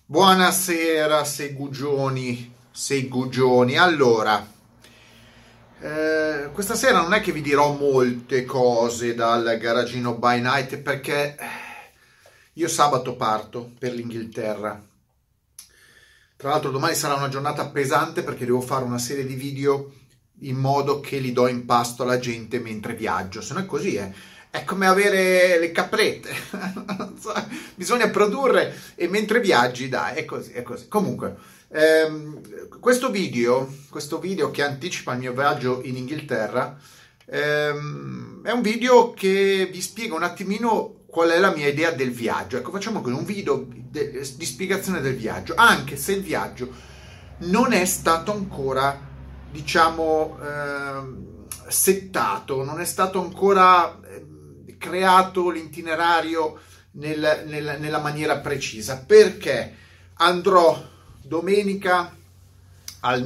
Buonasera, segugioni. Allora, questa sera non è che vi dirò molte cose dal garagino by night perché io sabato parto per l'Inghilterra. Tra l'altro domani sarà una giornata pesante perché devo fare una serie di video in modo che li do in pasto alla gente mentre viaggio, se no è così, È come avere le caprette, bisogna produrre e mentre viaggi, dai, è così, è così. Comunque, questo video che anticipa il mio viaggio in Inghilterra, è un video che vi spiega un attimino qual è la mia idea del viaggio. Ecco, facciamo così, un video di spiegazione del viaggio, anche se il viaggio non è stato ancora, diciamo, settato, non è stato ancora creato l'itinerario nella maniera precisa, perché andrò domenica al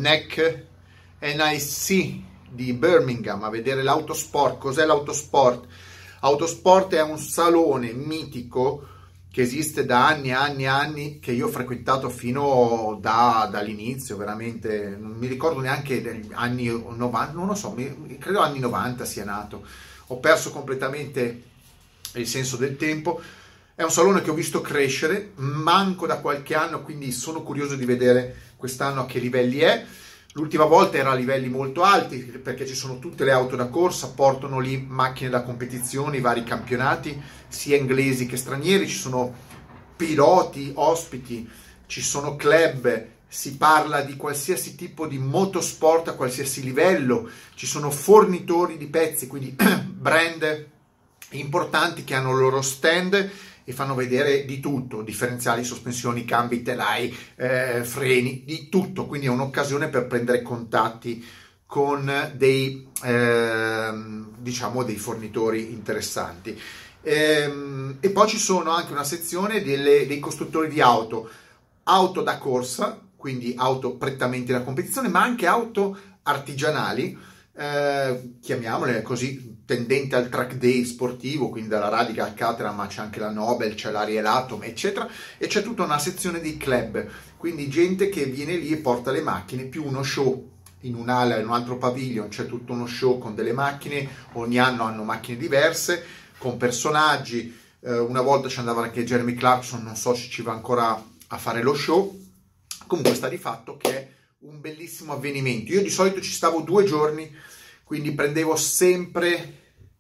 NIC di Birmingham a vedere l'Autosport. Cos'è l'Autosport? Autosport è un salone mitico che esiste da anni e anni e anni, che io ho frequentato fino dall'inizio, veramente, non mi ricordo neanche degli anni 90, non lo so, credo anni 90 sia nato, ho perso completamente il senso del tempo. È un salone che ho visto crescere, manco da qualche anno, quindi sono curioso di vedere quest'anno a che livelli è. L'ultima volta era a livelli molto alti, perché ci sono tutte le auto da corsa, portano lì macchine da competizione, i vari campionati, sia inglesi che stranieri, ci sono piloti, ospiti, ci sono club, si parla di qualsiasi tipo di motorsport a qualsiasi livello, ci sono fornitori di pezzi, quindi brand importanti che hanno il loro stand e fanno vedere di tutto, differenziali, sospensioni, cambi, telai, freni, di tutto, quindi è un'occasione per prendere contatti con dei diciamo dei fornitori interessanti. E poi ci sono anche una sezione dei costruttori di auto da corsa, quindi auto prettamente da competizione, ma anche auto artigianali, chiamiamole così, tendente al track day sportivo, quindi dalla Radica al Caterham, ma c'è anche la Nobel, c'è l'Ariel Atom, eccetera, e c'è tutta una sezione di club, quindi gente che viene lì e porta le macchine, più uno show in un'ala, in un altro padiglion c'è tutto uno show con delle macchine, ogni anno hanno macchine diverse, con personaggi, una volta ci andava anche Jeremy Clarkson, non so se ci va ancora a fare lo show. Comunque sta di fatto che è un bellissimo avvenimento. Io di solito ci stavo 2 giorni, quindi prendevo sempre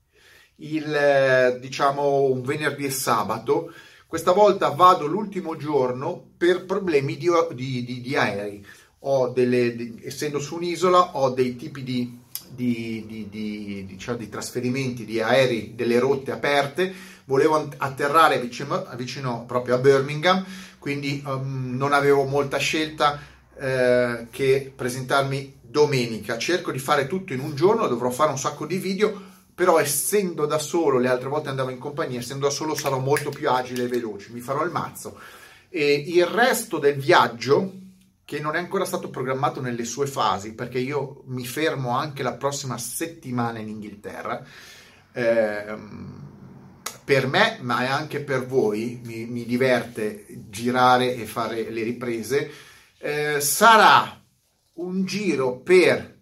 diciamo un venerdì e sabato. Questa volta vado l'ultimo giorno per problemi di aerei. Essendo su un'isola, ho dei tipi diciamo, di trasferimenti di aerei, delle rotte aperte. Volevo atterrare vicino proprio a Birmingham, quindi non avevo molta scelta che presentarmi domenica. Cerco di fare tutto in un giorno, dovrò fare un sacco di video, però essendo da solo, le altre volte andavo in compagnia, essendo da solo sarò molto più agile e veloce, mi farò il mazzo. E il resto del viaggio, che non è ancora stato programmato nelle sue fasi, perché io mi fermo anche la prossima settimana in Inghilterra, per me, ma anche per voi, mi diverte girare e fare le riprese. Sarà un giro per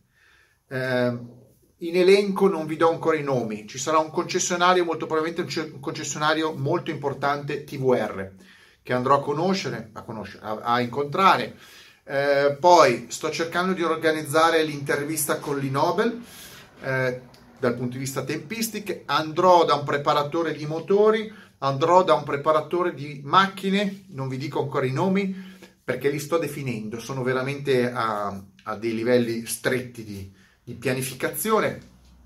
in elenco, non vi do ancora i nomi, ci sarà un concessionario, molto probabilmente un concessionario molto importante TVR, che andrò a conoscere, a incontrare. Poi sto cercando di organizzare l'intervista con l'Inobel, dal punto di vista tempistiche. Andrò da un preparatore di motori, andrò da un preparatore di macchine, non vi dico ancora i nomi perché li sto definendo, sono veramente a dei livelli stretti di pianificazione.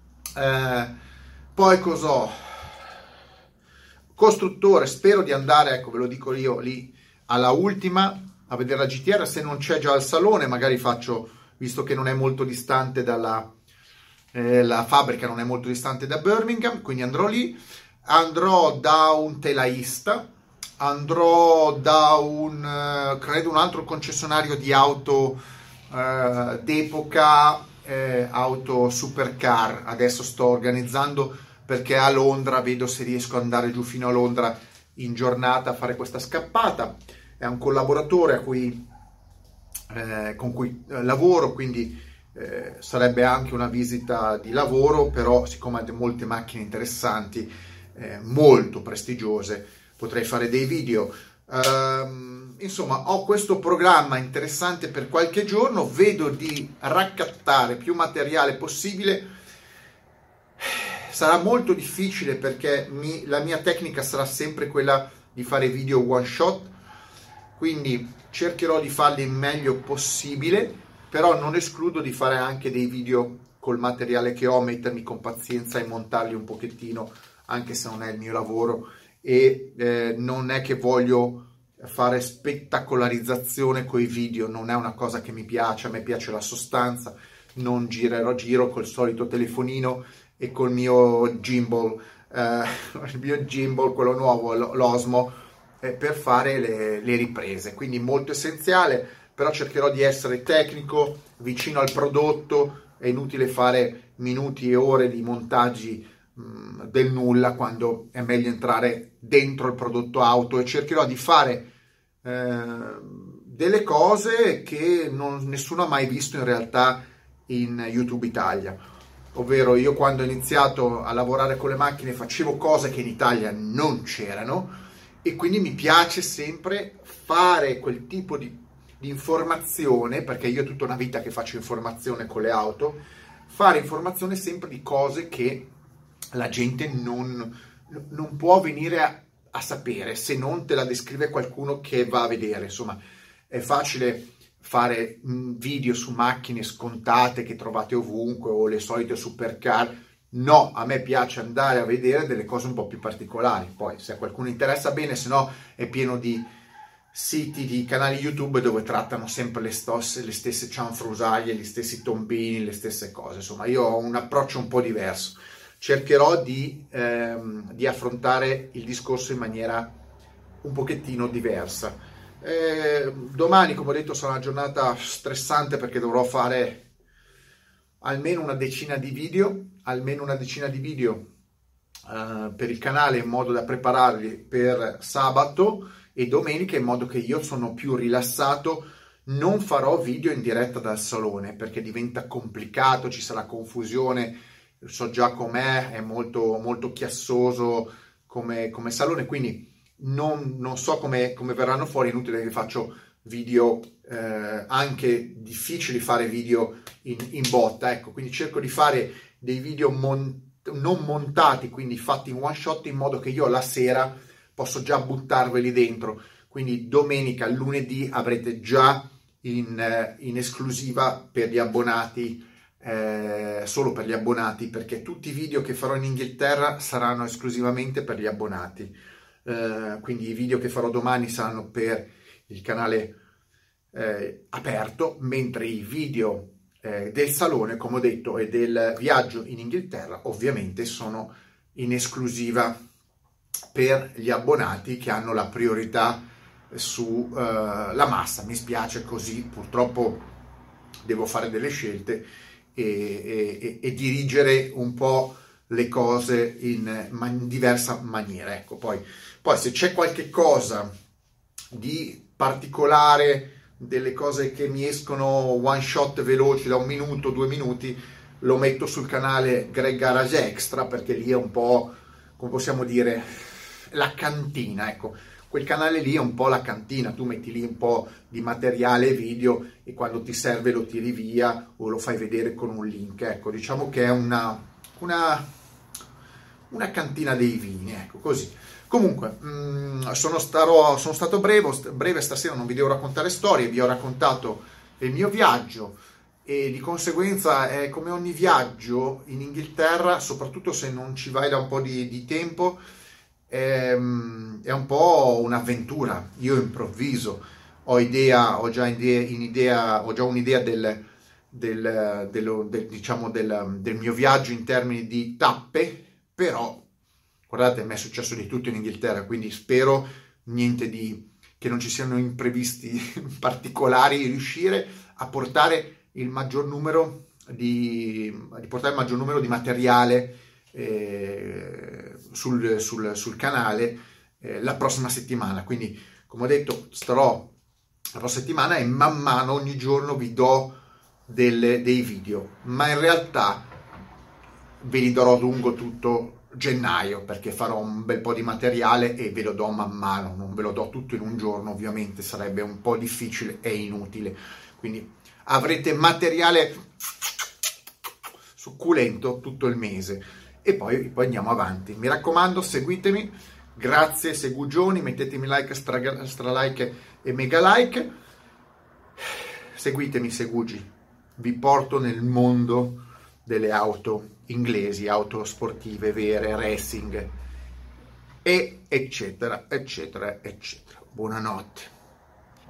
Poi cos'ho? Costruttore, spero di andare, ecco ve lo dico io, lì alla Ultima a vedere la GTR, se non c'è già al salone magari faccio, visto che non è molto distante la fabbrica non è molto distante da Birmingham, quindi andrò lì. Andrò da un telaista, andrò da credo un altro concessionario di auto d'epoca, auto supercar. Adesso sto organizzando perché a Londra vedo se riesco ad andare giù fino a Londra in giornata a fare questa scappata. è un collaboratore con cui lavoro, quindi sarebbe anche una visita di lavoro, però siccome ha molte macchine interessanti, molto prestigiose, potrei fare dei video. Insomma, ho questo programma interessante per qualche giorno, vedo di raccattare più materiale possibile. Sarà molto difficile perché la mia tecnica sarà sempre quella di fare video one shot, quindi cercherò di farli il meglio possibile, però non escludo di fare anche dei video col materiale che ho, mettermi con pazienza e montarli un pochettino, anche se non è il mio lavoro, e non è che voglio fare spettacolarizzazione coi video, non è una cosa che mi piace, a me piace la sostanza, non giro col solito telefonino e col mio gimbal, quello nuovo, l'Osmo, per fare le riprese, quindi molto essenziale, però cercherò di essere tecnico, vicino al prodotto. È inutile fare minuti e ore di montaggi del nulla, quando è meglio entrare dentro il prodotto auto, e cercherò di fare delle cose che nessuno ha mai visto in realtà in YouTube Italia. Ovvero, io quando ho iniziato a lavorare con le macchine facevo cose che in Italia non c'erano, e quindi mi piace sempre fare quel tipo di informazione, perché io ho tutta una vita che faccio informazione con le auto, fare informazione sempre di cose che la gente non può venire a sapere se non te la descrive qualcuno che va a vedere. Insomma, è facile fare video su macchine scontate che trovate ovunque, o le solite supercar. No, a me piace andare a vedere delle cose un po' più particolari. Poi, se a qualcuno interessa, bene, se no è pieno di siti, di canali YouTube dove trattano sempre le stesse cianfrusaglie, gli stessi tombini, le stesse cose. Insomma, io ho un approccio un po' diverso. Cercherò di affrontare il discorso in maniera un pochettino diversa. Domani, come ho detto, sarà una giornata stressante perché dovrò fare almeno una decina di video per il canale, in modo da prepararli per sabato e domenica, in modo che io sono più rilassato. Non farò video in diretta dal salone perché diventa complicato, ci sarà confusione, so già com'è, è molto, molto chiassoso come salone, quindi non so come verranno fuori. Inutile che faccio video, anche difficili fare video in botta, ecco. Quindi cerco di fare dei video non montati, quindi fatti in one shot, in modo che io la sera posso già buttarveli dentro. Quindi domenica, lunedì avrete già in esclusiva per gli abbonati, solo per gli abbonati, perché tutti i video che farò in Inghilterra saranno esclusivamente per gli abbonati. Quindi i video che farò domani saranno per il canale aperto, mentre i video del salone, come ho detto, e del viaggio in Inghilterra ovviamente sono in esclusiva per gli abbonati, che hanno la priorità su la massa. Mi spiace, così purtroppo devo fare delle scelte e dirigere un po' le cose in diversa maniera, ecco. Poi se c'è qualche cosa di particolare, delle cose che mi escono one shot veloci da 1 minuto, 2 minuti, lo metto sul canale Greg Garage Extra, perché lì è un po', come possiamo dire, la cantina, ecco. Quel canale lì è un po' la cantina, tu metti lì un po' di materiale video e quando ti serve lo tiri via o lo fai vedere con un link, ecco. Diciamo che è una cantina dei vini, ecco, così. Comunque, sono stato breve stasera, non vi devo raccontare storie, vi ho raccontato il mio viaggio, e di conseguenza è come ogni viaggio in Inghilterra, soprattutto se non ci vai da un po' di tempo, è un po' un'avventura. Io improvviso, ho già un'idea del mio viaggio in termini di tappe, però guardate, a me è successo di tutto in Inghilterra, quindi spero che non ci siano imprevisti particolari, riuscire a portare il maggior numero di materiale sul canale la prossima settimana. Quindi, come ho detto, starò la prossima settimana e man mano ogni giorno vi do dei video, ma in realtà ve li darò lungo tutto gennaio, perché farò un bel po' di materiale e ve lo do man mano, non ve lo do tutto in un giorno, ovviamente sarebbe un po' difficile e inutile, quindi avrete materiale succulento tutto il mese e poi andiamo avanti. Mi raccomando, seguitemi, grazie segugioni, mettetemi like, stra like e mega like, seguitemi segugi, vi porto nel mondo delle auto inglesi, auto sportive vere, racing e eccetera eccetera eccetera. Buonanotte.